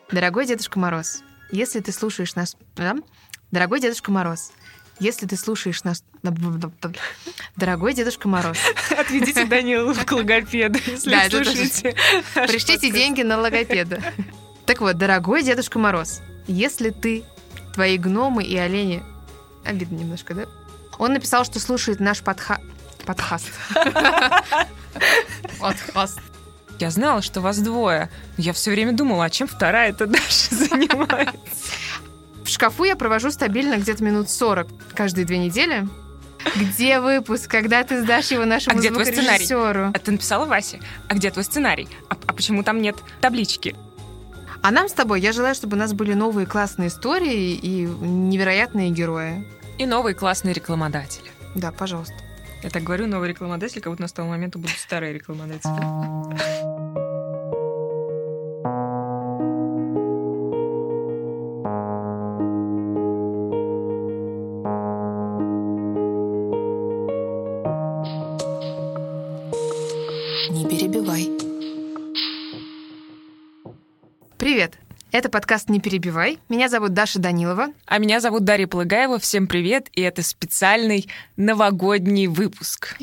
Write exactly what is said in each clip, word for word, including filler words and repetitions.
Дорогой Дедушка Мороз, если ты слушаешь нас... Дорогой Дедушка Мороз, если ты слушаешь нас... Дорогой Дедушка Мороз. Отведите Данилу к логопеду, если Да, слушаете. Пришлите деньги на логопеда. Так вот, дорогой Дедушка Мороз, если ты, твои гномы и олени... Обидно немножко, да? Он написал, что слушает наш подха... подкаст. Подкаст. Я знала, что вас двое. Я все время думала, а чем вторая-то Даша занимается? В шкафу я провожу стабильно где-то минут сорок каждые две недели. Где выпуск? Когда ты сдашь его нашему а где твой сценарий? звукорежиссеру? А ты написала Васе? А где твой сценарий? А, а почему там нет таблички? А нам с тобой, я желаю, чтобы у нас были новые классные истории и невероятные герои. И новые классные рекламодатели. Да, пожалуйста. Я так говорю, новые рекламодатели, как будто на того момента будут старые рекламодатели. Не перебивай. Привет. Это подкаст «Не перебивай». Меня зовут Даша Данилова. А меня зовут Дарья Полыгаева. Всем привет. И это специальный новогодний выпуск.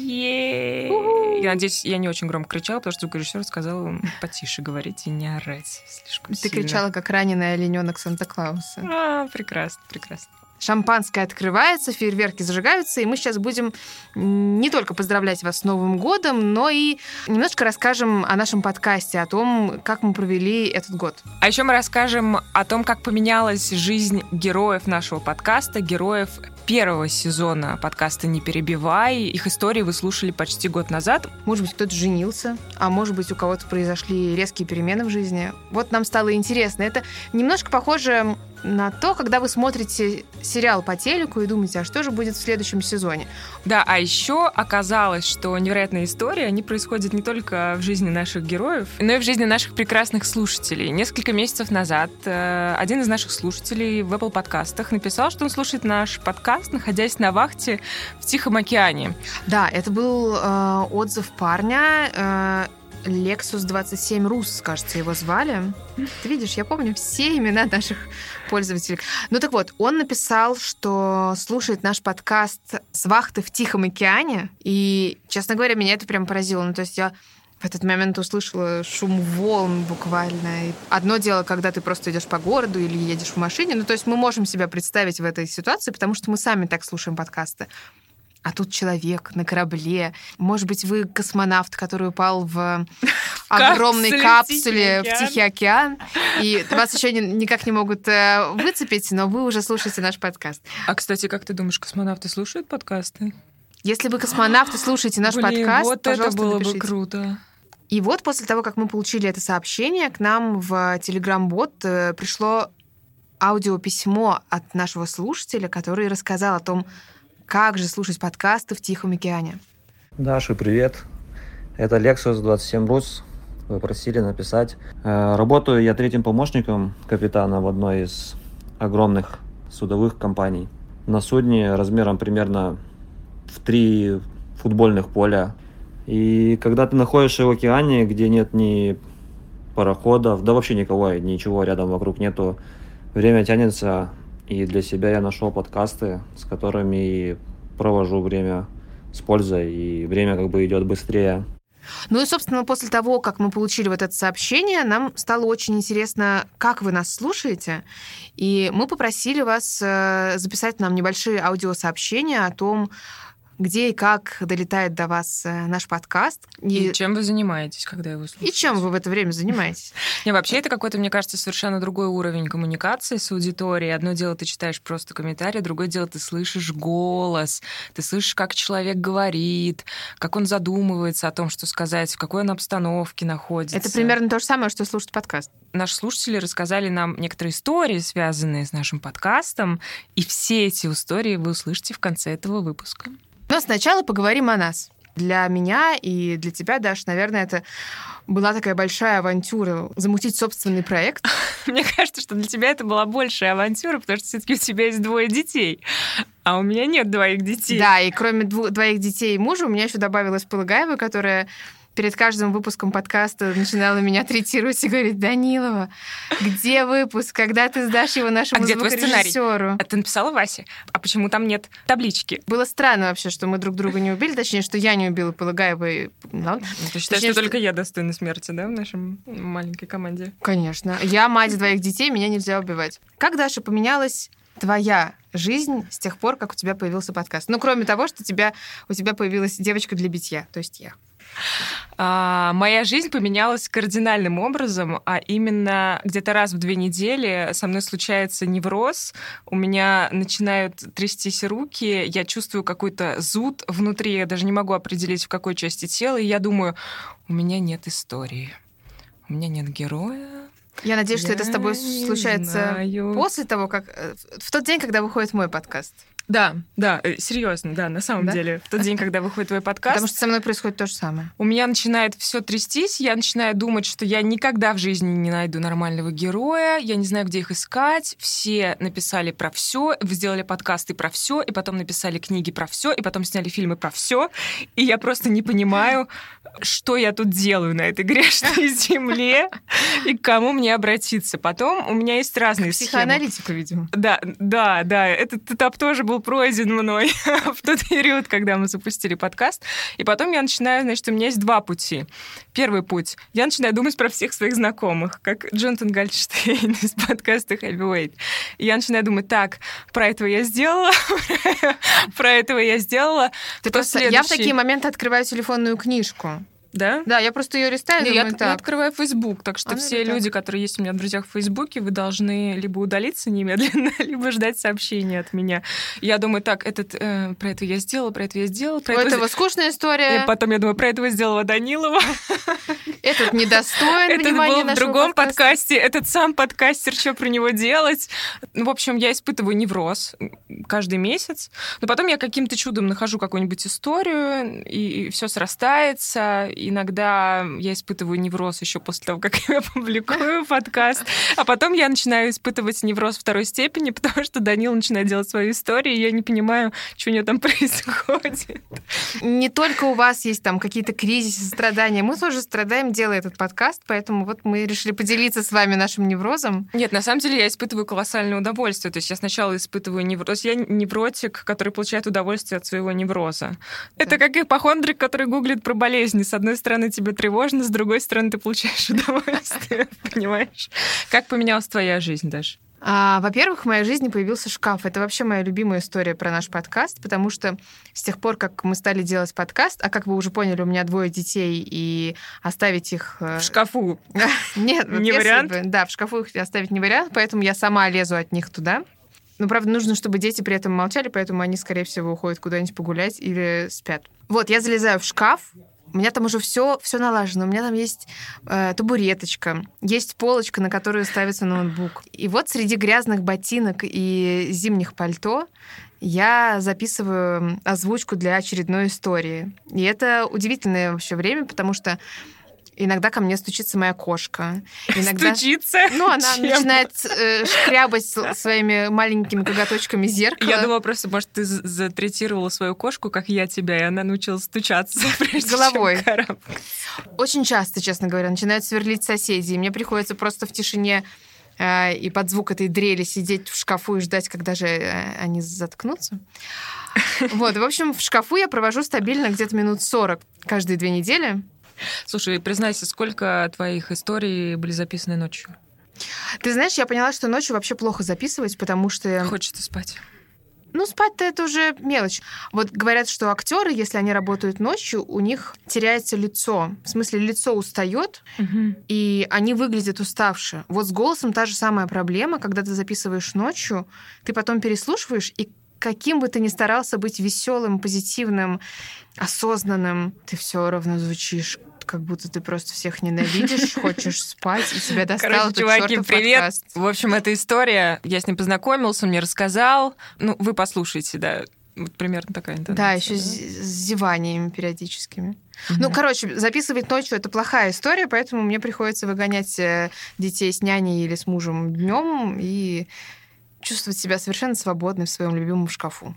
Я надеюсь, я не очень громко кричала, потому что звукорежиссер сказал потише говорить и не орать слишком Ты сильно. кричала, как раненый олененок Санта-Клауса. А, прекрасно, прекрасно. Шампанское открывается, фейерверки зажигаются, и мы сейчас будем не только поздравлять вас с Новым годом, но и немножко расскажем о нашем подкасте, о том, как мы провели этот год. А еще мы расскажем о том, как поменялась жизнь героев нашего подкаста, героев первого сезона подкаста «Не перебивай». Их истории вы слушали почти год назад. Может быть, кто-то женился, а может быть, у кого-то произошли резкие перемены в жизни. Вот нам стало интересно. Это немножко похоже на то, когда вы смотрите сериал по телеку и думаете, а что же будет в следующем сезоне. Да, а еще оказалось, что невероятные истории, они происходят не только в жизни наших героев, но и в жизни наших прекрасных слушателей. Несколько месяцев назад э, один из наших слушателей в Apple подкастах написал, что он слушает наш подкаст, находясь на вахте в Тихом океане. Да, это был э, отзыв парня, э, Lexus двадцать семь Rus, кажется, его звали. Ты видишь, я помню все имена наших пользователей. Ну так вот, он написал, что слушает наш подкаст с вахты в Тихом океане. И, честно говоря, меня это прям поразило. Ну то есть я в этот момент услышала шум волн буквально. И одно дело, когда ты просто идешь по городу или едешь в машине. Ну то есть мы можем себя представить в этой ситуации, потому что мы сами так слушаем подкасты. А тут человек на корабле. Может быть, вы космонавт, который упал в огромной капсуле в Тихий океан, и вас еще никак не могут выцепить, но вы уже слушаете наш подкаст. А, кстати, как ты думаешь, космонавты слушают подкасты? Если вы космонавты слушаете наш Блин, подкаст, вот пожалуйста, это было напишите. бы круто. И вот после того, как мы получили это сообщение, к нам в Telegram-бот пришло аудиописьмо от нашего слушателя, который рассказал о том, как же слушать подкасты в Тихом океане. Даша, привет. Это Lexus двадцать семь Rus. Вы просили написать. Работаю я третьим помощником капитана в одной из огромных судовых компаний. На судне размером примерно в три футбольных поля. И когда ты находишься в океане, где нет ни пароходов, да вообще никого, ничего рядом вокруг нету, время тянется. И для себя я нашел подкасты, с которыми провожу время с пользой, и время как бы идет быстрее. Ну и, собственно, после того, как мы получили вот это сообщение, нам стало очень интересно, как вы нас слушаете. И мы попросили вас записать нам небольшие аудиосообщения о том, где и как долетает до вас наш подкаст. И, и чем вы занимаетесь, когда его слушаете? И чем вы в это время занимаетесь? Не, вообще это какой-то, мне кажется, совершенно другой уровень коммуникации с аудиторией. Одно дело, ты читаешь просто комментарии, другое дело, ты слышишь голос, ты слышишь, как человек говорит, как он задумывается о том, что сказать, в какой он обстановке находится. Это примерно то же самое, что слушать подкаст. Наши слушатели рассказали нам некоторые истории, связанные с нашим подкастом, и все эти истории вы услышите в конце этого выпуска. Но сначала поговорим о нас. Для меня и для тебя, Даш, наверное, это была такая большая авантюра замутить собственный проект. Мне кажется, что для тебя это была большая авантюра, потому что все-таки у тебя есть двое детей, а у меня нет двоих детей. Да, и кроме дву- двоих детей и мужа у меня еще добавилась Полыгаева, которая перед каждым выпуском подкаста начинала меня третировать и говорить: Данилова, где выпуск? Когда ты сдашь его нашему а где твой сценарий? звукорежиссеру? А ты написала Васе? А почему там нет таблички? Было странно вообще, что мы друг друга не убили, точнее, что я не убила Полагаева. И... Ну, ты считаешь, точнее, что, что только я достойна смерти, да, в нашем маленькой команде? Конечно. Я мать двоих детей, меня нельзя убивать. Как, Даша, поменялась твоя жизнь с тех пор, как у тебя появился подкаст? Ну, кроме того, что тебя, у тебя появилась девочка для битья, то есть я. А, моя жизнь поменялась кардинальным образом, а именно где-то раз в две недели со мной случается невроз, у меня начинают трястись руки, я чувствую какой-то зуд внутри, я даже не могу определить, в какой части тела, и я думаю, у меня нет истории, у меня нет героя. Я надеюсь, я что это с тобой случается знаю. после того, как... В тот день, когда выходит мой подкаст. Да, да, серьезно, да, на самом да? деле. В тот день, когда выходит твой подкаст... Потому что со мной происходит то же самое. У меня начинает все трястись, я начинаю думать, что я никогда в жизни не найду нормального героя, я не знаю, где их искать. Все написали про все, сделали подкасты про все, и потом написали книги про все, и потом сняли фильмы про все. И я просто не понимаю, что я тут делаю на этой грешной земле и к кому мне обратиться. Потом у меня есть разные схемы. Психоаналитика, видимо. Да, да, да. Этот этап тоже был пройден мной в тот период, когда мы запустили подкаст. И потом я начинаю, значит, у меня есть два пути. Первый путь. Я начинаю думать про всех своих знакомых, как Джонатан Гальдштейн из подкаста Heavyweight. И я начинаю думать, так, про этого я сделала, про этого я сделала. Ты просто... Я в такие моменты открываю телефонную книжку. Да? Да, я просто ее листаю, Не, думаю, я, так. я открываю Facebook, так что а все люди, так. которые есть у меня в друзьях в Фейсбуке, вы должны либо удалиться немедленно, либо ждать сообщения от меня. Я думаю, так, этот, э, про это я сделала, про это я сделала. Про У этого этого скучная история. И потом я думаю, про этого сделала Данилова. Этот недостоин Этот внимания был в другом подкаста. подкасте, этот сам подкастер, что про него делать? Ну, в общем, я испытываю невроз каждый месяц, но потом я каким-то чудом нахожу какую-нибудь историю, и, и все срастается. Иногда я испытываю невроз еще после того, как я публикую подкаст, а потом я начинаю испытывать невроз второй степени, потому что Данила начинает делать свою историю, и я не понимаю, что у нее там происходит. Не только у вас есть там какие-то кризисы, страдания. Мы тоже страдаем, делая этот подкаст, поэтому вот мы решили поделиться с вами нашим неврозом. Нет, на самом деле я испытываю колоссальное удовольствие. То есть я сначала испытываю невроз. Я невротик, который получает удовольствие от своего невроза. Да. Это как ипохондрик, который гуглит про болезни. С одной С одной стороны, тебе тревожно, с другой стороны, ты получаешь удовольствие, понимаешь? Как поменялась твоя жизнь, Даша? А, во-первых, в моей жизни появился шкаф. Это вообще моя любимая история про наш подкаст, потому что с тех пор, как мы стали делать подкаст, а как вы уже поняли, у меня двое детей, и оставить их... В шкафу? Нет, не вариант? Да, в шкафу их оставить не вариант, поэтому я сама лезу от них туда. Но, правда, нужно, чтобы дети при этом молчали, поэтому они, скорее всего, уходят куда-нибудь погулять или спят. Вот, я залезаю в шкаф, у меня там уже все, все налажено. У меня там есть э, табуреточка, есть полочка, на которую ставится ноутбук. И вот среди грязных ботинок и зимних пальто я записываю озвучку для очередной истории. И это удивительное вообще время, потому что иногда ко мне стучится моя кошка. Иногда... Стучится? Ну, она Чем? начинает э, шкрябать своими маленькими коготочками зеркало. Я думала просто, может, ты затретировала свою кошку, как я тебя, и она научилась стучаться. Головой. Очень часто, честно говоря, начинают сверлить соседи, и мне приходится просто в тишине э, и под звук этой дрели сидеть в шкафу и ждать, когда же э, они заткнутся. Вот, в общем, в шкафу я провожу стабильно где-то минут сорок каждые две недели. Слушай, признайся, сколько твоих историй были записаны ночью? Ты знаешь, я поняла, что ночью вообще плохо записывать, потому что... Хочется спать. Ну, спать-то это уже мелочь. Вот говорят, что актеры, если они работают ночью, у них теряется лицо. В смысле, лицо устает, угу. и они выглядят уставшие. Вот с голосом та же самая проблема, когда ты записываешь ночью, ты потом переслушиваешь, и каким бы ты ни старался быть веселым, позитивным, осознанным, ты все равно звучишь, как будто ты просто всех ненавидишь, хочешь спать, и тебя достал Короче, этот чуваки, чёртов привет. подкаст. В общем, эта история, я с ним познакомился, он мне рассказал. Ну, вы послушайте, да. Вот примерно такая интонация. Да, еще да? с, с зеваниями периодическими. Mm-hmm. Ну, короче, записывать ночью — это плохая история, поэтому мне приходится выгонять детей с няней или с мужем днем и чувствовать себя совершенно свободной в своем любимом шкафу.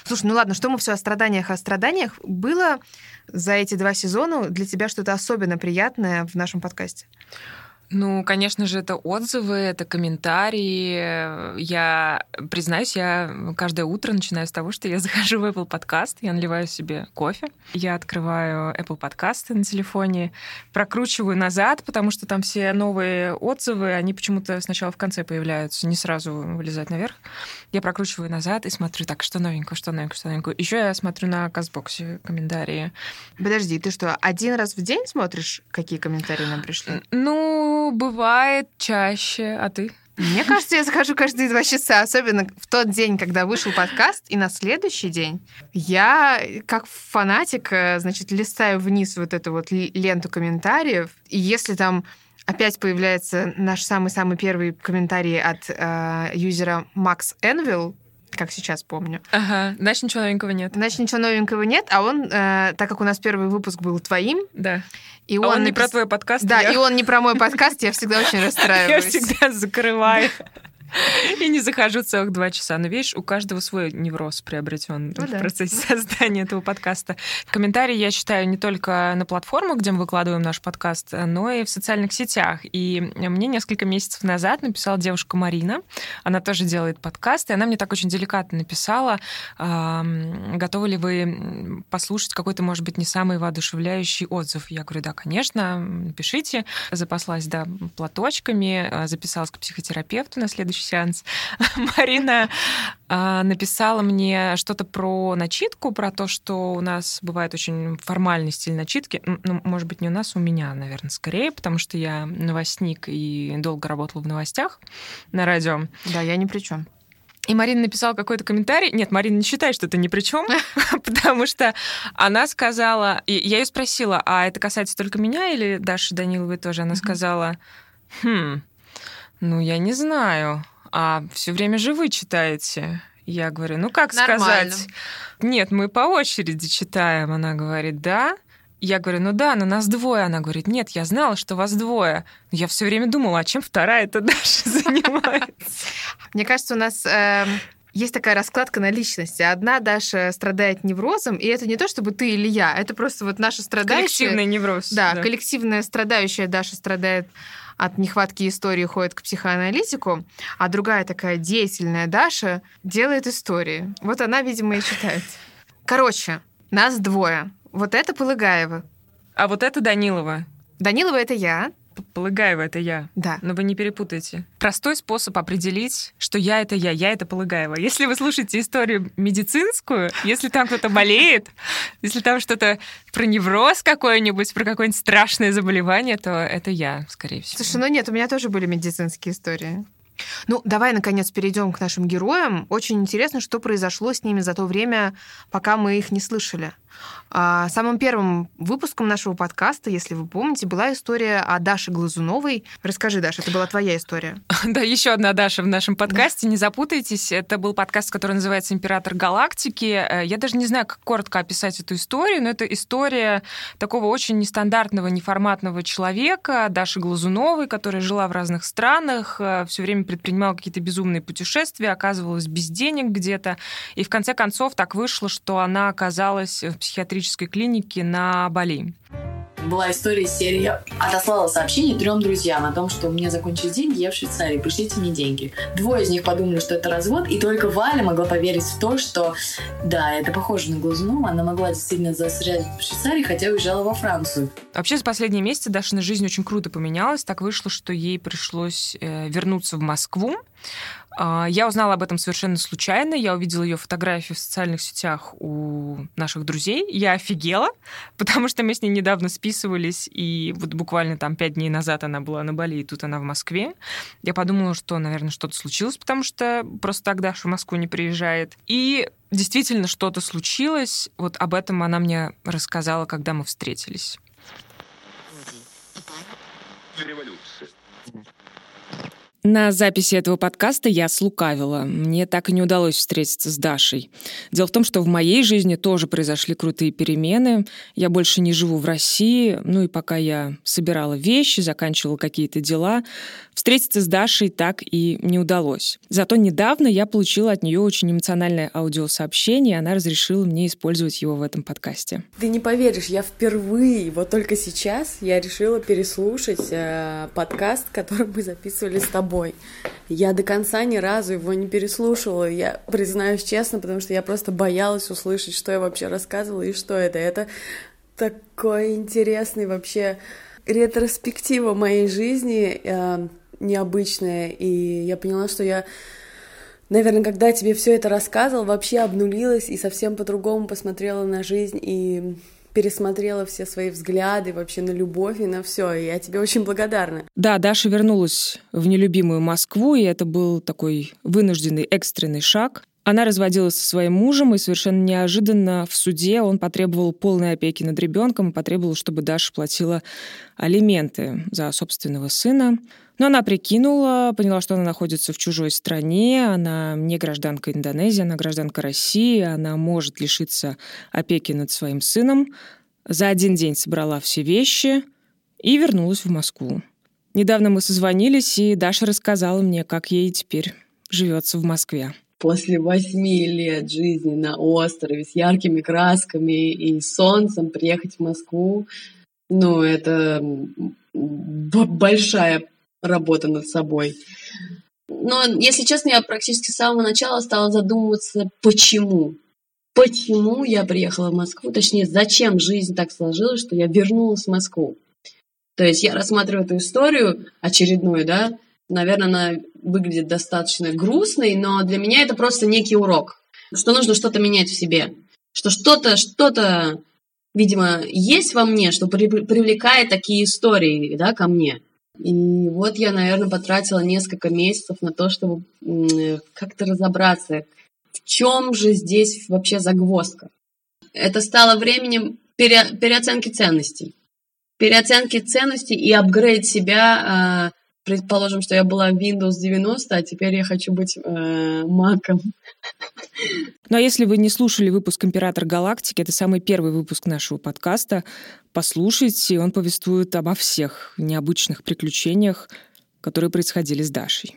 Слушай, ну ладно, что мы все о страданиях, о страданиях. Было за эти два сезона для тебя что-то особенно приятное в нашем подкасте? Ну, конечно же, это отзывы, это комментарии. Я, признаюсь, я каждое утро начинаю с того, что я захожу в Apple Podcast, я наливаю себе кофе, я открываю Apple подкасты на телефоне, прокручиваю назад, потому что там все новые отзывы, они почему-то сначала в конце появляются, не сразу вылезают наверх. Я прокручиваю назад и смотрю, так, что новенького, что новенького, что новенького. Еще я смотрю на Кастбоксе комментарии. Подожди, ты что, один раз в день смотришь, какие комментарии нам пришли? Ну, бывает чаще. А ты? Мне кажется, я захожу каждые два часа, особенно в тот день, когда вышел подкаст, и на следующий день я, как фанатик, значит, листаю вниз вот эту вот ленту комментариев, и если там опять появляется наш самый-самый первый комментарий от э, юзера Макс Энвилл, как сейчас помню. Ага, значит, ничего новенького нет. Значит, ничего новенького нет, а он, э, так как у нас первый выпуск был твоим, да. И а он, он не напис... про твой подкаст. Да, я... и он не про мой подкаст, я всегда очень расстраиваюсь. Я всегда закрываю. И не захожу целых два часа. Но видишь, у каждого свой невроз приобретен ну, в да. процессе создания этого подкаста. Комментарии я читаю не только на платформах, где мы выкладываем наш подкаст, но и в социальных сетях. И мне несколько месяцев назад написала девушка Марина. Она тоже делает подкаст, и она мне так очень деликатно написала, готовы ли вы послушать какой-то, может быть, не самый воодушевляющий отзыв. Я говорю, да, конечно, пишите. Запаслась, да, платочками, записалась к психотерапевту на следующий сеанс. Марина э, написала мне что-то про начитку, про то, что у нас бывает очень формальный стиль начитки. Ну, может быть, не у нас, у меня, наверное, скорее, потому что я новостник и долго работала в новостях на радио. Да, я ни при чем. И Марина написала какой-то комментарий. Нет, Марина не считает, что это ни при чем, потому что она сказала... Я ее спросила, а это касается только меня или Даши Даниловой тоже? Она сказала, хм... Ну, я не знаю. А все время же вы читаете. Я говорю, ну как Нормально. сказать? Нет, мы по очереди читаем. Она говорит, да. Я говорю, ну да, но нас двое. Она говорит, нет, я знала, что вас двое. Но я все время думала, а чем вторая-то Даша занимается? Мне кажется, у нас... Есть такая раскладка на личности. Одна Даша страдает неврозом, и это не то, чтобы ты или я, это просто вот наша страдающая... Коллективный невроз. Да, да, коллективная страдающая Даша страдает от нехватки истории, ходит к психоаналитику, а другая такая деятельная Даша делает истории. Вот она, видимо, и читает. Короче, нас двое. Вот это Полыгаева. А вот это Данилова. Данилова — это я. Полыгаева — это я. Да. Но вы не перепутайте. Простой способ определить, что я — это я, я — это Полыгаева. Если вы слушаете историю медицинскую, если там кто-то болеет, если там что-то про невроз какой-нибудь, про какое-нибудь страшное заболевание, то это я, скорее всего. Слушай, ну нет, у меня тоже были медицинские истории. Ну, давай, наконец, перейдем к нашим героям. Очень интересно, что произошло с ними за то время, пока мы их не слышали. Самым первым выпуском нашего подкаста, если вы помните, была история о Даше Глазуновой. Расскажи, Даша, это была твоя история. Да, еще одна Даша в нашем подкасте. Не запутайтесь, это был подкаст, который называется «Император галактики». Я даже не знаю, как коротко описать эту историю, но это история такого очень нестандартного, неформатного человека, Даши Глазуновой, которая жила в разных странах, все время предпринимала какие-то безумные путешествия, оказывалась без денег где-то, и в конце концов так вышло, что она оказалась в психиатрической клинике на Бали. Была история из серии. Я отослала сообщение трем друзьям о том, что у меня закончились деньги, я в Швейцарии, пришлите мне деньги. Двое из них подумали, что это развод, и только Валя могла поверить в то, что да, это похоже на Глазунову, она могла действительно застрять в Швейцарии, хотя уезжала во Францию. Вообще, за последние месяцы Дашина жизнь очень круто поменялась. Так вышло, что ей пришлось вернуться в Москву. Я узнала об этом совершенно случайно. Я увидела ее фотографию в социальных сетях у наших друзей. Я офигела, потому что мы с ней недавно списывались, и вот буквально там пять дней назад она была на Бали, и тут она в Москве. Я подумала, что, наверное, что-то случилось, потому что просто так Даша в Москву не приезжает. И действительно что-то случилось. Вот об этом она мне рассказала, когда мы встретились. На записи этого подкаста я слукавила. Мне так и не удалось встретиться с Дашей. Дело в том, что в моей жизни тоже произошли крутые перемены. Я больше не живу в России. Ну и пока я собирала вещи, заканчивала какие-то дела, встретиться с Дашей так и не удалось. Зато недавно я получила от нее очень эмоциональное аудиосообщение, и она разрешила мне использовать его в этом подкасте. Ты не поверишь, я впервые, вот только сейчас, я решила переслушать э, подкаст, который мы записывали с тобой. Я до конца ни разу его не переслушивала, я признаюсь честно, потому что я просто боялась услышать, что я вообще рассказывала и что это. Это такой интересный вообще ретроспектива моей жизни, э, необычная, и я поняла, что я, наверное, когда тебе все это рассказывала, вообще обнулилась и совсем по-другому посмотрела на жизнь и пересмотрела все свои взгляды вообще на любовь и на все. И я тебе очень благодарна. Да, Даша вернулась в нелюбимую Москву, и это был такой вынужденный экстренный шаг. Она разводилась со своим мужем, и совершенно неожиданно в суде он потребовал полной опеки над ребенком и потребовал, чтобы Даша платила алименты за собственного сына. Но она прикинула, поняла, что она находится в чужой стране, она не гражданка Индонезии, она гражданка России, она может лишиться опеки над своим сыном. За один день собрала все вещи и вернулась в Москву. Недавно мы созвонились, и Даша рассказала мне, как ей теперь живется в Москве. После восьми лет жизни на острове с яркими красками и солнцем приехать в Москву, ну, это большая работа над собой. Но, если честно, я практически с самого начала стала задумываться, почему. Почему я приехала в Москву, точнее, зачем жизнь так сложилась, что я вернулась в Москву. То есть я рассматриваю эту историю очередную, да, наверное, она выглядит достаточно грустной, но для меня это просто некий урок, что нужно что-то менять в себе, что что-то, что-то, видимо, есть во мне, что привлекает такие истории, да, ко мне. И вот я, наверное, потратила несколько месяцев на то, чтобы как-то разобраться, в чем же здесь вообще загвоздка. Это стало временем пере, переоценки ценностей. Переоценки ценностей и апгрейд себя. Предположим, что я была в Windows девяносто, а теперь я хочу быть э, Mac'ом. Ну а если вы не слушали выпуск «Император галактики», это самый первый выпуск нашего подкаста, послушайте, он повествует обо всех необычных приключениях, которые происходили с Дашей.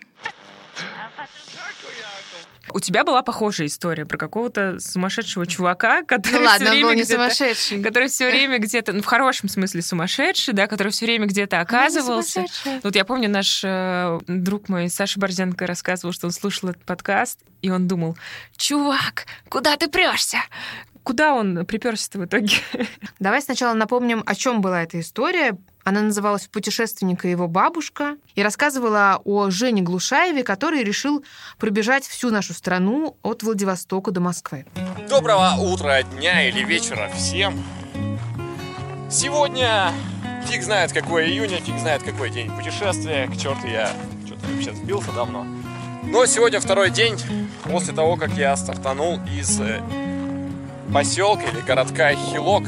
У тебя была похожая история про какого-то сумасшедшего чувака, который ну, ладно, все время он был не где-то, сумасшедший. который все время где-то, ну в хорошем смысле сумасшедший, да, который все время где-то оказывался. Вот я помню, наш э, друг мой Саша Борзенко рассказывал, что он слушал этот подкаст, и он думал: чувак, куда ты прешься? Куда он приперся-то в итоге? Давай сначала напомним, о чем была эта история. Она называлась «Путешественник и его бабушка» и рассказывала о Жене Глушаеве, который решил пробежать всю нашу страну от Владивостока до Москвы. Доброго утра, дня или вечера всем! Сегодня фиг знает какое июня, фиг знает какой день путешествия. К черту, я что-то вообще сбился давно. Но сегодня второй день после того, как я стартанул из поселка или городка Хилок.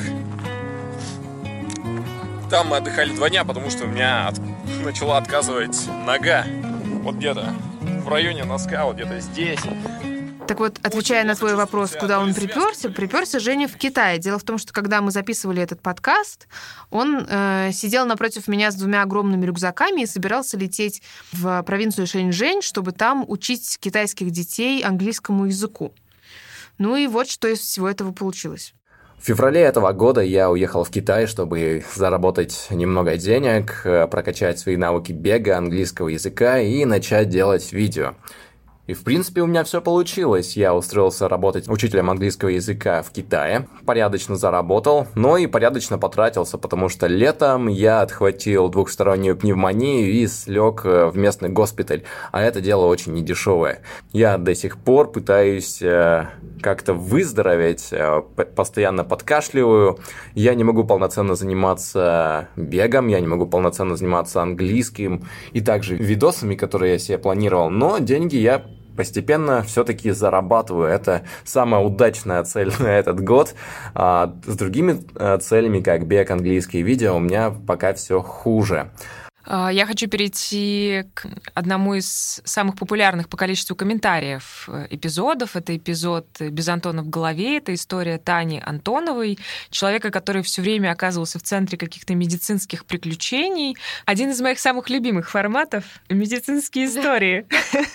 Там мы отдыхали два дня, потому что у меня от... начала отказывать нога. Вот где-то в районе носка, вот где-то здесь. Так вот, отвечая на твой вопрос, куда он приперся, приперся Женя в Китае. Дело в том, что когда мы записывали этот подкаст, он э, сидел напротив меня с двумя огромными рюкзаками и собирался лететь в провинцию Шэньчжэнь, чтобы там учить китайских детей английскому языку. Ну и вот что из всего этого получилось. В феврале этого года я уехал в Китай, чтобы заработать немного денег, прокачать свои навыки бега, английского языка и начать делать видео. И, в принципе, у меня все получилось. Я устроился работать учителем английского языка в Китае, порядочно заработал, но и порядочно потратился, потому что летом я отхватил двухстороннюю пневмонию и слег в местный госпиталь, а это дело очень недешевое. Я до сих пор пытаюсь э, как-то выздороветь, э, постоянно подкашливаю, я не могу полноценно заниматься бегом, я не могу полноценно заниматься английским и также видосами, которые я себе планировал, но деньги я постепенно все-таки зарабатываю. Это самая удачная цель на этот год. А с другими целями, как бег, английские видео, у меня пока все хуже. Я хочу перейти к одному из самых популярных по количеству комментариев эпизодов. Это эпизод «Без Антона в голове». Это история Тани Антоновой, человека, который все время оказывался в центре каких-то медицинских приключений. Один из моих самых любимых форматов — медицинские истории,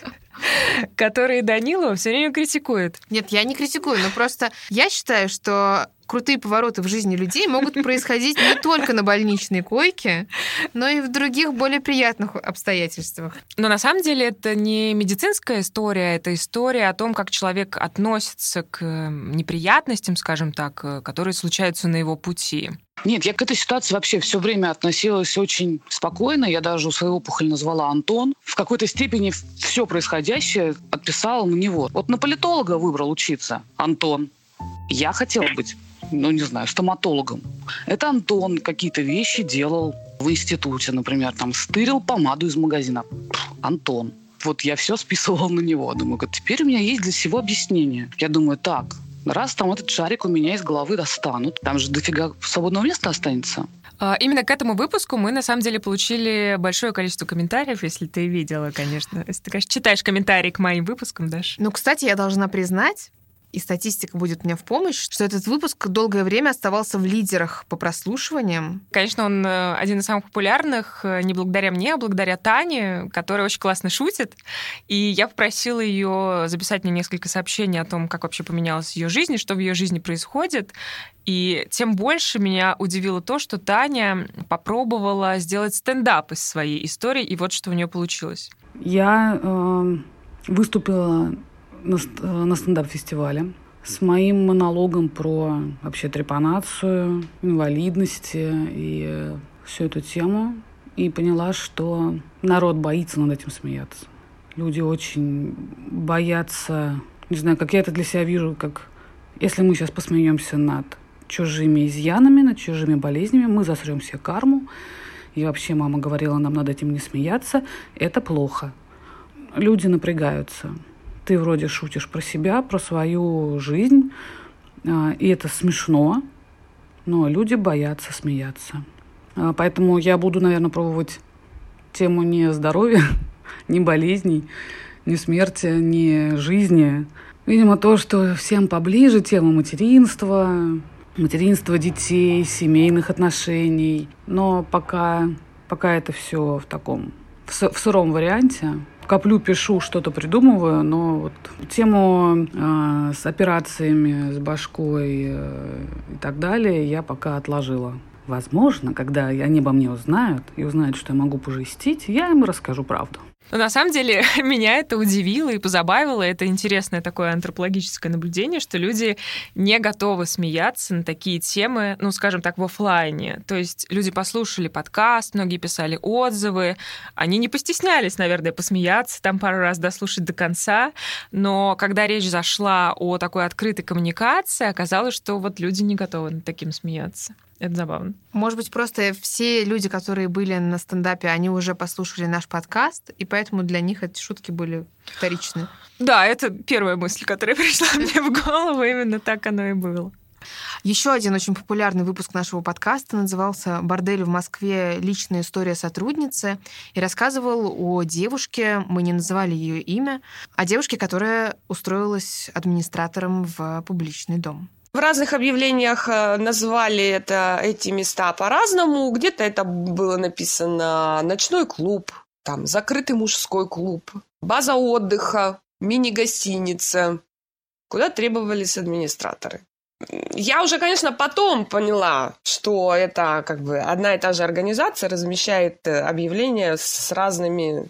которые Данилова все время критикует. Нет, я не критикую, но просто я считаю, что крутые повороты в жизни людей могут происходить не только на больничной койке, но и в других более приятных обстоятельствах. Но на самом деле это не медицинская история, это история о том, как человек относится к неприятностям, скажем так, которые случаются на его пути. Нет, я к этой ситуации вообще все время относилась очень спокойно. Я даже свою опухоль назвала Антон. В какой-то степени все происходящее отписала на него. Вот на политолога выбрал учиться Антон. Я хотела быть, ну не знаю, стоматологом. Это Антон какие-то вещи делал в институте, например, там стырил помаду из магазина. Пфф, Антон. Вот я все списывала на него. Думаю, теперь у меня есть для всего объяснение. Я думаю, так, раз там этот шарик у меня из головы достанут, там же дофига свободного места останется. Именно к этому выпуску мы, на самом деле, получили большое количество комментариев, если ты видела, конечно. Если ты, конечно, читаешь комментарии к моим выпускам, Даш. Ну, кстати, я должна признать, и статистика будет мне в помощь, что этот выпуск долгое время оставался в лидерах по прослушиваниям. Конечно, он один из самых популярных не благодаря мне, а благодаря Тане, которая очень классно шутит. И я попросила ее записать мне несколько сообщений о том, как вообще поменялась ее жизнь, и что в ее жизни происходит. И тем больше меня удивило то, что Таня попробовала сделать стендап из своей истории, и вот что у нее получилось. Я э, выступила на, на стендап-фестивале с моим монологом про вообще трепанацию, инвалидности и всю эту тему. И поняла, что народ боится над этим смеяться. Люди очень боятся, не знаю, как я это для себя вижу, как если мы сейчас посмеемся над чужими изъянами, над чужими болезнями, мы засрем себе карму. И вообще мама говорила, нам над этим не смеяться. Это плохо. Люди напрягаются. Ты вроде шутишь про себя, про свою жизнь, и это смешно, но люди боятся смеяться. Поэтому я буду, наверное, пробовать тему не здоровья, не болезней, не смерти, не жизни. Видимо, то, что всем поближе, тема материнства, материнства детей, семейных отношений. Но пока, пока это все в таком, в, в сыром варианте. Коплю, пишу, что-то придумываю, но вот тему э, с операциями, с башкой э, и так далее я пока отложила. Возможно, когда они обо мне узнают и узнают, что я могу пожестить, я им расскажу правду. Но на самом деле меня это удивило и позабавило. Это интересное такое антропологическое наблюдение, что люди не готовы смеяться на такие темы, ну, скажем так, в офлайне. То есть люди послушали подкаст, многие писали отзывы, они не постеснялись, наверное, посмеяться, там пару раз дослушать до конца, но когда речь зашла о такой открытой коммуникации, оказалось, что вот люди не готовы над таким смеяться. Это забавно. Может быть, просто все люди, которые были на стендапе, они уже послушали наш подкаст, и поэтому для них эти шутки были вторичны. Да, это первая мысль, которая пришла мне в голову. Именно так оно и было. Еще один очень популярный выпуск нашего подкаста назывался «Бордель в Москве. Личная история сотрудницы» и рассказывал о девушке, мы не называли ее имя, о девушке, которая устроилась администратором в публичный дом. В разных объявлениях назвали это, эти места по-разному. Где-то это было написано «ночной клуб», там «закрытый мужской клуб», «база отдыха», «мини-гостиница», куда требовались администраторы. Я уже, конечно, потом поняла, что это как бы одна и та же организация размещает объявления с разными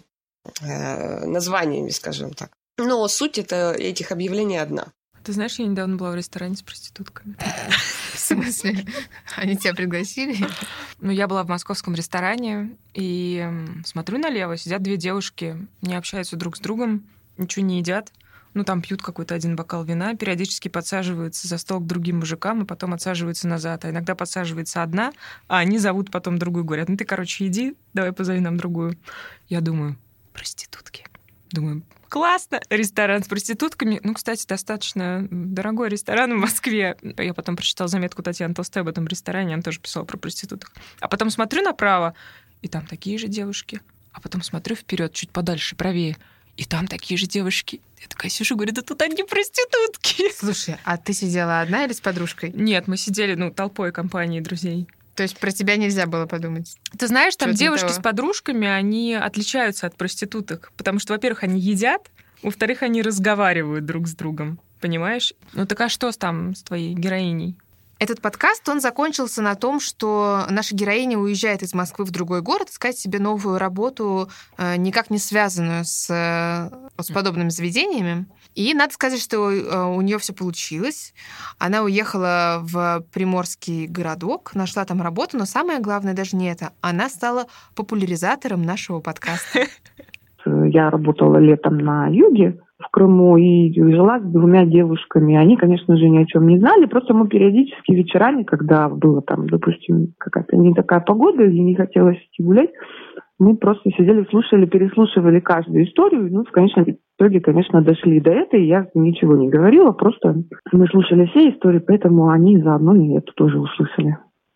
э, названиями, скажем так. Но суть это, этих объявлений одна. Ты знаешь, я недавно была в ресторане с проститутками. В смысле? Они тебя пригласили? Ну, я была в московском ресторане и смотрю налево, сидят две девушки, не общаются друг с другом, ничего не едят. Ну, там пьют какой-то один бокал вина, периодически подсаживаются за стол к другим мужикам и потом отсаживаются назад. А иногда подсаживается одна, а они зовут потом другую, говорят, ну ты, короче, иди, давай позови нам другую. Я думаю, проститутки. Думаю, классно, ресторан с проститутками. Ну, кстати, достаточно дорогой ресторан в Москве. Я потом прочитала заметку Татьяны Толстой об этом ресторане, она тоже писала про проституток. А потом смотрю направо, и там такие же девушки. А потом смотрю вперед, чуть подальше, правее, и там такие же девушки. Я такая сижу, говорю, да тут одни проститутки. Слушай, а ты сидела одна или с подружкой? Нет, мы сидели, ну, толпой компании друзей. То есть про тебя нельзя было подумать? Ты знаешь, там Чё-то девушки того. с подружками, они отличаются от проституток, потому что, во-первых, они едят, во-вторых, они разговаривают друг с другом, понимаешь? Ну так а что там с твоей героиней? Этот подкаст, он закончился на том, что наша героиня уезжает из Москвы в другой город искать себе новую работу, э, никак не связанную с, э, с подобными заведениями. И надо сказать, что э, у нее все получилось. Она уехала в приморский городок, нашла там работу, но самое главное даже не это. Она стала популяризатором нашего подкаста. Я работала летом на юге в Крыму и жила с двумя девушками. Они, конечно же, ни о чем не знали. Просто мы периодически вечерами, когда было там, допустим, какая-то не такая погода и не хотелось идти гулять, мы просто сидели, слушали, переслушивали каждую историю. Ну, в конечном итоге, конечно, дошли до этой. Я ничего не говорила, просто мы слушали все истории, поэтому они заодно и эту тоже услышали.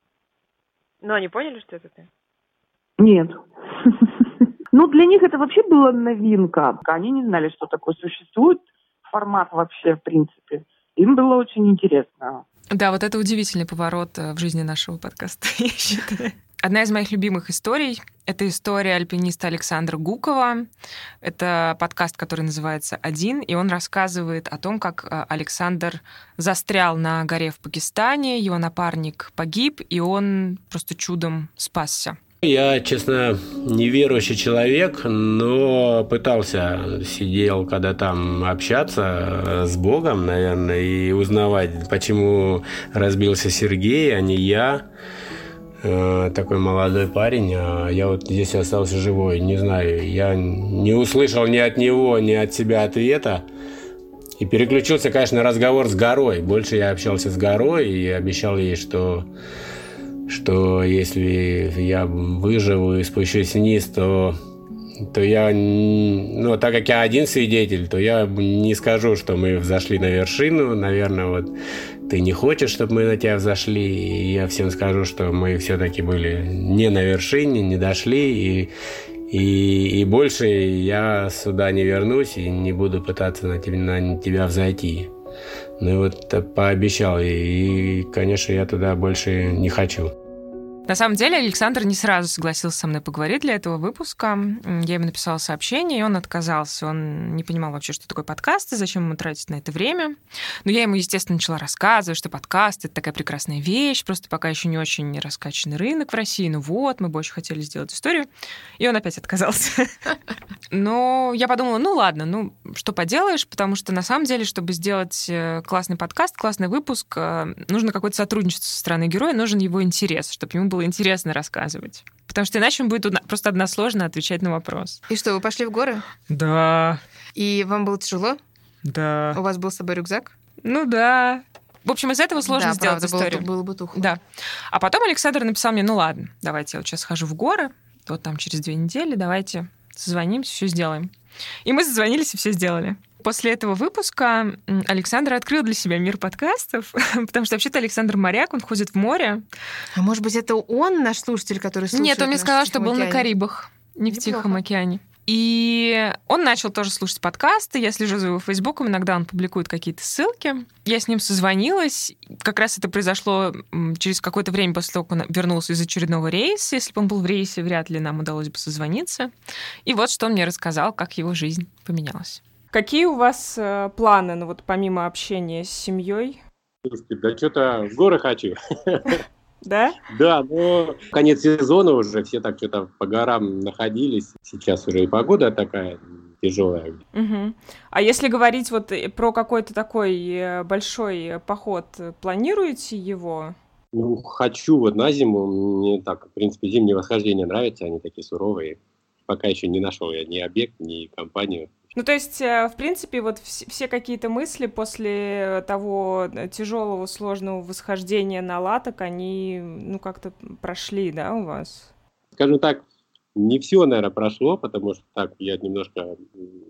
Но они поняли, что это ты? Нет. Ну, для них это вообще была новинка. Они не знали, что такое существует, формат вообще, в принципе. Им было очень интересно. Да, вот это удивительный поворот в жизни нашего подкаста, я считаю. Одна из моих любимых историй — это история альпиниста Александра Гукова. Это подкаст, который называется «Один», и он рассказывает о том, как Александр застрял на горе в Пакистане, его напарник погиб, и он просто чудом спасся. Я, честно, неверующий человек, но пытался, сидел, когда там общаться с Богом, наверное, и узнавать, почему разбился Сергей, а не я. Такой молодой парень, а я вот здесь остался живой, не знаю, я не услышал ни от него, ни от себя ответа. И переключился, конечно, на разговор с горой. Больше я общался с горой и обещал ей, что... что если я выживу и спущусь вниз, то, то я, ну, так как я один свидетель, то я не скажу, что мы взошли на вершину. Наверное, вот ты не хочешь, чтобы мы на тебя взошли, и я всем скажу, что мы все-таки были не на вершине, не дошли, и, и, и больше я сюда не вернусь и не буду пытаться на тебя, на тебя взойти. Ну и вот пообещал, и, и, конечно, я туда больше не хочу. На самом деле Александр не сразу согласился со мной поговорить для этого выпуска. Я ему написала сообщение, и он отказался. Он не понимал вообще, что такое подкасты, зачем ему тратить на это время. Но я ему, естественно, начала рассказывать, что подкасты — это такая прекрасная вещь, просто пока еще не очень раскачанный рынок в России. Ну вот, мы бы очень хотели сделать историю. И он опять отказался. Но я подумала, ну ладно, ну что поделаешь, потому что на самом деле, чтобы сделать классный подкаст, классный выпуск, нужно какое-то сотрудничество со стороны героя, нужен его интерес, чтобы ему было интересно рассказывать. Потому что иначе он будет просто односложно отвечать на вопрос. И что, вы пошли в горы? Да. И вам было тяжело? Да. У вас был с собой рюкзак? Ну да. В общем, из этого сложно да, сделать правда, историю. Было, было бы тухло. Да. А потом Александр написал мне, ну ладно, давайте я вот сейчас схожу в горы, вот там через две недели, давайте созвонимся, все сделаем. И мы созвонились и все сделали. После этого выпуска Александр открыл для себя мир подкастов, потому что вообще-то Александр моряк, он ходит в море. А может быть, это он наш слушатель, который слушает? Нет, он мне сказал, что был океане. на Карибах, не Неплохо. в Тихом океане. И он начал тоже слушать подкасты. Я слежу за его фейсбуком, иногда он публикует какие-то ссылки. Я с ним созвонилась. Как раз это произошло через какое-то время после того, как он вернулся из очередного рейса. Если бы он был в рейсе, вряд ли нам удалось бы созвониться. И вот что он мне рассказал, как его жизнь поменялась. Какие у вас э, планы, ну вот помимо общения с семьей? Слушайте, да что-то в горы хочу. Да? Да, но конец сезона уже, все так что-то по горам находились. Сейчас уже и погода такая тяжелая. Угу. А если говорить вот про какой-то такой большой поход, планируете его? Ну, хочу вот на зиму. Мне так, в принципе, зимние восхождения нравятся, они такие суровые. Пока еще не нашел я ни объект, ни компанию. Ну, то есть, в принципе, вот все какие-то мысли после того тяжелого, сложного восхождения на Латок, они, ну, как-то прошли, да, у вас? Скажем так, не все, наверное, прошло, потому что так я немножко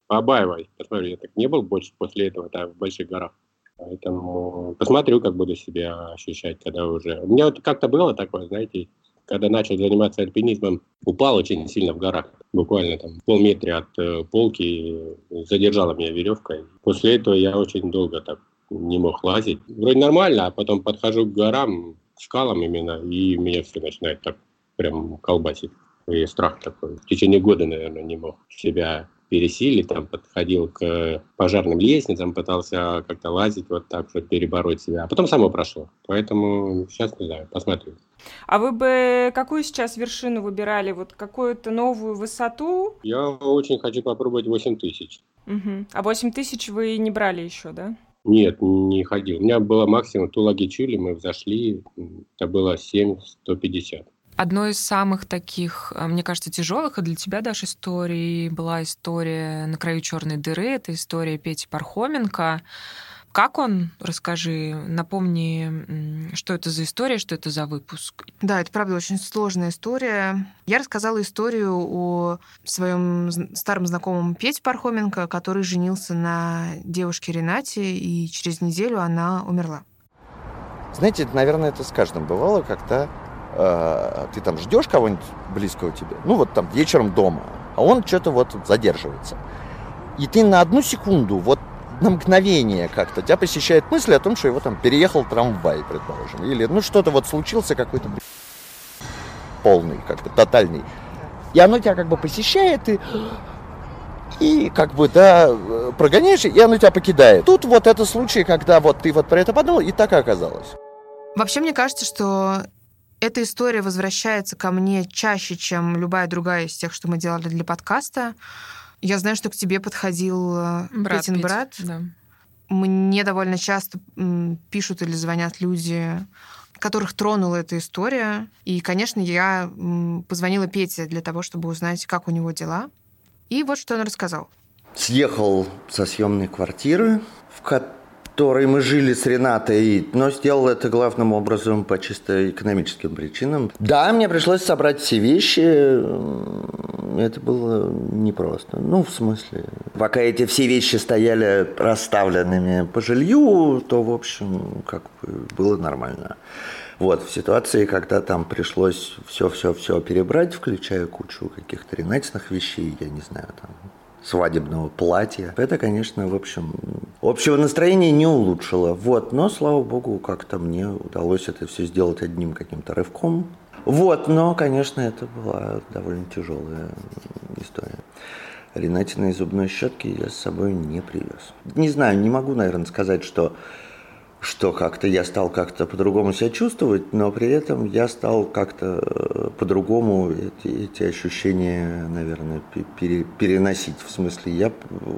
побаиваюсь. Посмотрю, я так не был больше после этого там, в больших горах. Поэтому посмотрю, как буду себя ощущать, когда уже... У меня вот как-то было такое, знаете, когда начал заниматься альпинизмом, упал очень сильно в горах. Буквально там в полметра от э, полки задержала меня веревка. После этого я очень долго так не мог лазить. Вроде нормально, а потом подхожу к горам, к скалам именно, и меня все начинает так прям колбасить. И страх такой. В течение года, наверное, не мог себя пересилить, там подходил к пожарным лестницам, пытался как-то лазить вот так, чтобы перебороть себя. А потом само прошло. Поэтому сейчас, не знаю, посмотрю. А вы бы какую сейчас вершину выбирали? Вот какую-то новую высоту? Я очень хочу попробовать восемь тысяч. Угу. А восемь тысяч вы не брали еще, да? Нет, не ходил. У меня было максимум Тулаги-Чули, мы взошли, это было семь сто пятьдесят. Одной из самых таких, мне кажется, тяжелых, и для тебя, Даша, историй была история «На краю черной дыры». Это история Пети Пархоменко. Как он? Расскажи, напомни, что это за история, что это за выпуск. Да, это, правда, очень сложная история. Я рассказала историю о своем старом знакомом Пете Пархоменко, который женился на девушке Ренате, и через неделю она умерла. Знаете, наверное, это с каждым бывало, когда э, ты там ждешь кого-нибудь близкого тебе, ну вот там вечером дома, а он что-то вот задерживается. И ты на одну секунду, вот на мгновение как-то тебя посещает мысль о том, что его там переехал трамвай, предположим. Или ну что-то вот случился какой-то полный, как бы тотальный. И оно тебя как бы посещает, и, и как бы, да, прогоняешь, и оно тебя покидает. Тут вот это случай, когда вот ты вот про это подумал, и так и оказалось. Вообще, мне кажется, что эта история возвращается ко мне чаще, чем любая другая из тех, что мы делали для подкаста. Я знаю, что к тебе подходил брат, Петин Петь, брат. Да. Мне довольно часто пишут или звонят люди, которых тронула эта история. И, конечно, я позвонила Пете для того, чтобы узнать, как у него дела. И вот что он рассказал. Съехал со съемной квартиры, в которой мы жили с Ренатой, но сделал это главным образом по чисто экономическим причинам. Да, мне пришлось собрать все вещи. Это было непросто. Ну, в смысле, пока эти все вещи стояли расставленными по жилью, то, в общем, как бы было нормально. Вот, в ситуации, когда там пришлось все-все-все перебрать, включая кучу каких-то ренатиных вещей, я не знаю, там, свадебного платья, это, конечно, в общем, общего настроения не улучшило. Вот, но, слава богу, как-то мне удалось это все сделать одним каким-то рывком. Вот, но, конечно, это была довольно тяжелая история. Ренатиной зубной щетки я с собой не привез. Не знаю, не могу, наверное, сказать, что, что как-то я стал как-то по-другому себя чувствовать, но при этом я стал как-то по-другому эти, эти ощущения, наверное, пере, переносить. В смысле, я...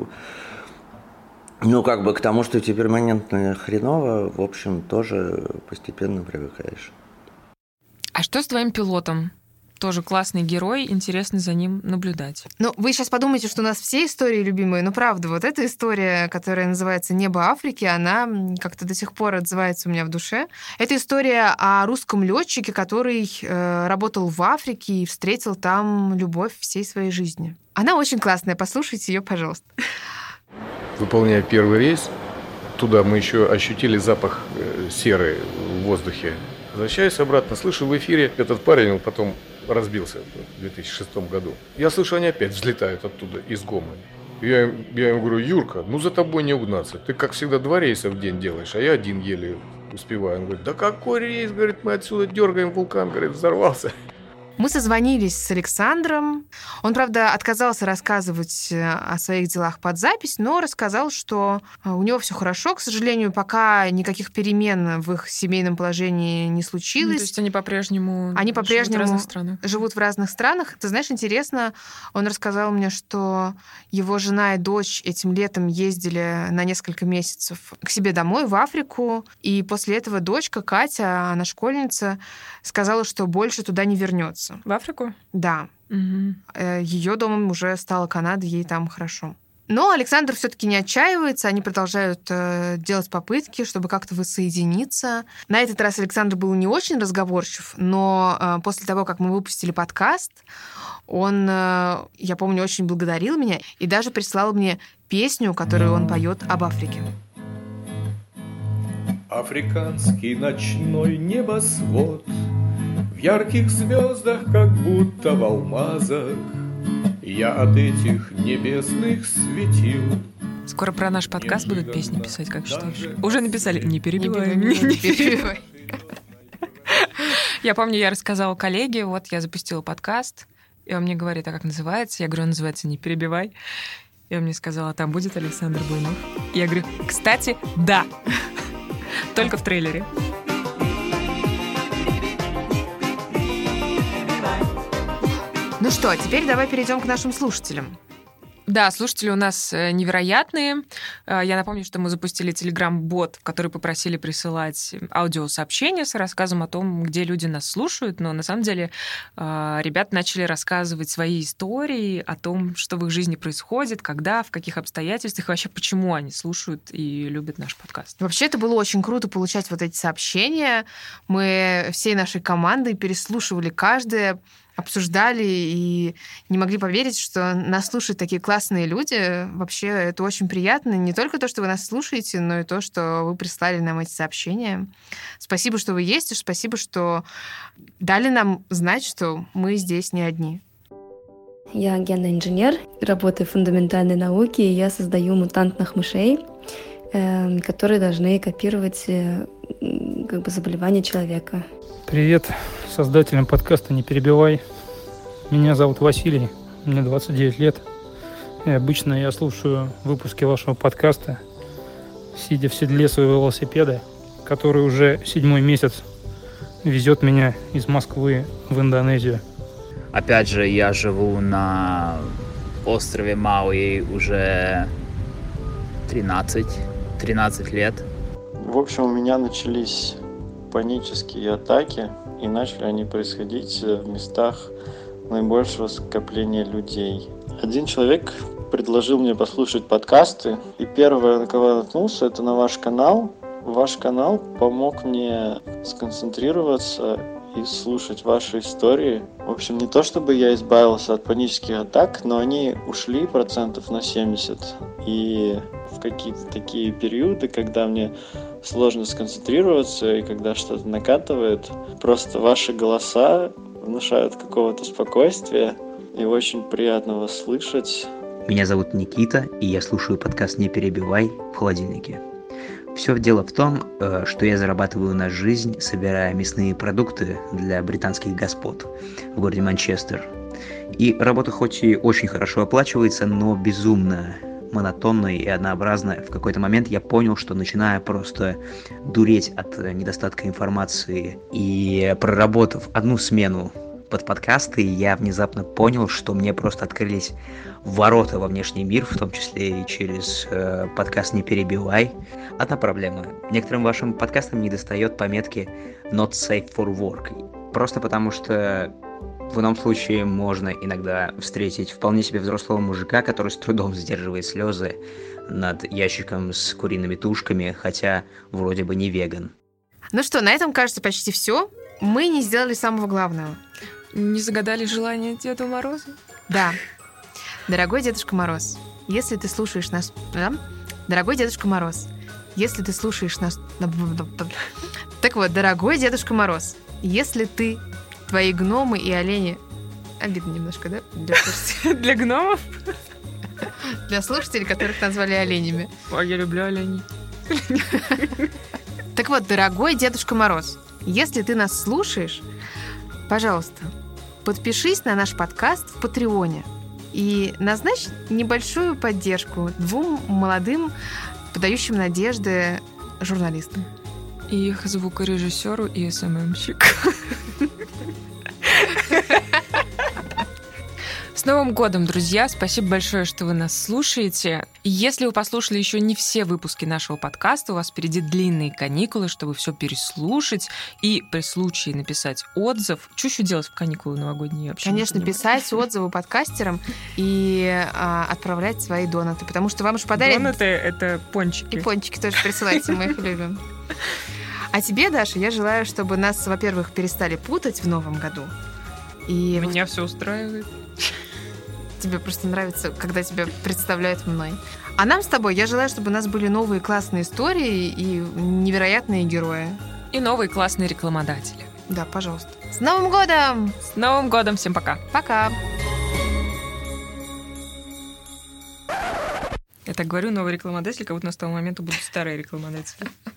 Ну, как бы к тому, что тебе перманентно хреново, в общем, тоже постепенно привыкаешь. А что с твоим пилотом? Тоже классный герой, интересно за ним наблюдать. Ну, вы сейчас подумаете, что у нас все истории любимые, но правда, вот эта история, которая называется «Небо Африки», она как-то до сих пор отзывается у меня в душе. Это история о русском летчике, который э, работал в Африке и встретил там любовь всей своей жизни. Она очень классная, послушайте ее, пожалуйста. Выполняя первый рейс, туда мы еще ощутили запах серы в воздухе. Возвращаюсь обратно, слышу в эфире, этот парень, он потом разбился в две тысячи шестом году. Я слышу, они опять взлетают оттуда, из ГОМа. Я, я ему говорю: Юрка, ну за тобой не угнаться. Ты, как всегда, два рейса в день делаешь, а я один еле успеваю. Он говорит: да какой рейс? Говорит, мы отсюда дергаем, вулкан, говорит, взорвался. Мы созвонились с Александром. Он, правда, отказался рассказывать о своих делах под запись, но рассказал, что у него все хорошо. К сожалению, пока никаких перемен в их семейном положении не случилось. Ну, то есть они по-прежнему, они по-прежнему живут в разных странах. Живут в разных странах. Ты знаешь, интересно, он рассказал мне, что его жена и дочь этим летом ездили на несколько месяцев к себе домой в Африку, и после этого дочка Катя, она школьница, сказала, что больше туда не вернется. В Африку? Да. Угу. Ее домом уже стала Канада, ей там хорошо. Но Александр все-таки не отчаивается, они продолжают э, делать попытки, чтобы как-то воссоединиться. На этот раз Александр был не очень разговорчив, но э, после того, как мы выпустили подкаст, он, э, я помню, очень благодарил меня и даже прислал мне песню, которую он поет об Африке. Африканский ночной небосвод в ярких звездах, как будто в алмазах. Я от этих небесных светил. Скоро про наш подкаст будут песни писать, как считаешь? Уже написали. Не перебивай. Не, не перебивай. Я помню, я рассказала коллеге, вот я запустила подкаст, и он мне говорит, а как называется? Я говорю, он называется «Не перебивай». И он мне сказал, а там будет Александр Буйнов? И я говорю, кстати, да. Только в трейлере. Ну что, теперь давай перейдем к нашим слушателям. Да, слушатели у нас невероятные. Я напомню, что мы запустили телеграм-бот, в который попросили присылать аудиосообщения с рассказом о том, где люди нас слушают. Но на самом деле ребята начали рассказывать свои истории о том, что в их жизни происходит, когда, в каких обстоятельствах, и вообще почему они слушают и любят наш подкаст. Вообще это было очень круто получать вот эти сообщения. Мы всей нашей командой переслушивали каждое, обсуждали и не могли поверить, что нас слушают такие классные люди. Вообще, это очень приятно. Не только то, что вы нас слушаете, но и то, что вы прислали нам эти сообщения. Спасибо, что вы есть, и спасибо, что дали нам знать, что мы здесь не одни. Я генный инженер, работаю в фундаментальной науке, и я создаю мутантных мышей, э, которые должны копировать э, как бы заболевания человека. Привет создателям подкаста «Не перебивай». Меня зовут Василий, мне двадцать девять лет. И обычно я слушаю выпуски вашего подкаста, сидя в седле своего велосипеда, который уже седьмой месяц везет меня из Москвы в Индонезию. Опять же, я живу на острове Мауи уже тринадцать, тринадцать лет. В общем, у меня начались панические атаки, и начали они происходить в местах наибольшего скопления людей. Один человек предложил мне послушать подкасты, и первое, на кого я наткнулся, это на ваш канал. Ваш канал помог мне сконцентрироваться и слушать ваши истории. В общем, не то чтобы я избавился от панических атак, но они ушли процентов на семьдесят. И в какие-то такие периоды, когда мне сложно сконцентрироваться и когда что-то накатывает, просто ваши голоса внушают какого-то спокойствия, и очень приятно вас слышать. Меня зовут Никита, и я слушаю подкаст «Не перебивай» в холодильнике. Все дело в том, что я зарабатываю на жизнь, собирая мясные продукты для британских господ в городе Манчестер. И работа хоть и очень хорошо оплачивается, но безумно монотонно и однообразно. В какой-то момент я понял, что начинаю просто дуреть от недостатка информации. И проработав одну смену под подкасты, я внезапно понял, что мне просто открылись ворота во внешний мир, в том числе и через э, подкаст «Не перебивай». Одна проблема. Некоторым вашим подкастам недостает пометки «Not safe for work». Просто потому что в ином случае можно иногда встретить вполне себе взрослого мужика, который с трудом сдерживает слезы над ящиком с куриными тушками, хотя вроде бы не веган. Ну что, на этом, кажется, почти все. Мы не сделали самого главного. Не загадали желание Деду Морозу? Да. Дорогой Дедушка Мороз, если ты слушаешь нас... Да? Дорогой Дедушка Мороз, если ты слушаешь нас... Так вот, дорогой Дедушка Мороз, если ты, твои гномы и олени... Обидно немножко, да? Для слушателей. Для гномов? Для слушателей, которых назвали оленями. Ой, я люблю оленей. Так вот, дорогой Дедушка Мороз, если ты нас слушаешь, пожалуйста, подпишись на наш подкаст в Патреоне и назначь небольшую поддержку двум молодым, подающим надежды журналистам. И их звукорежиссеру и эс эм эм-щику. С Новым годом, друзья! Спасибо большое, что вы нас слушаете. И если вы послушали еще не все выпуски нашего подкаста, у вас впереди длинные каникулы, чтобы все переслушать и при случае написать отзыв. Что еще делать в каникулы новогодние? Вообще Конечно, писать отзывы подкастерам и а, отправлять свои донаты, потому что вам же подарят... Донаты — это пончики. И пончики тоже присылайте, мы их любим. А тебе, Даша, я желаю, чтобы нас, во-первых, перестали путать в новом году. И меня все устраивает. Тебе просто нравится, когда тебя представляют мной. А нам с тобой я желаю, чтобы у нас были новые классные истории и невероятные герои. И новые классные рекламодатели. Да, пожалуйста. С Новым годом! С Новым годом! Всем пока! Пока! Я так говорю, новый рекламодатель, как будто на с того момента будут старые рекламодатели.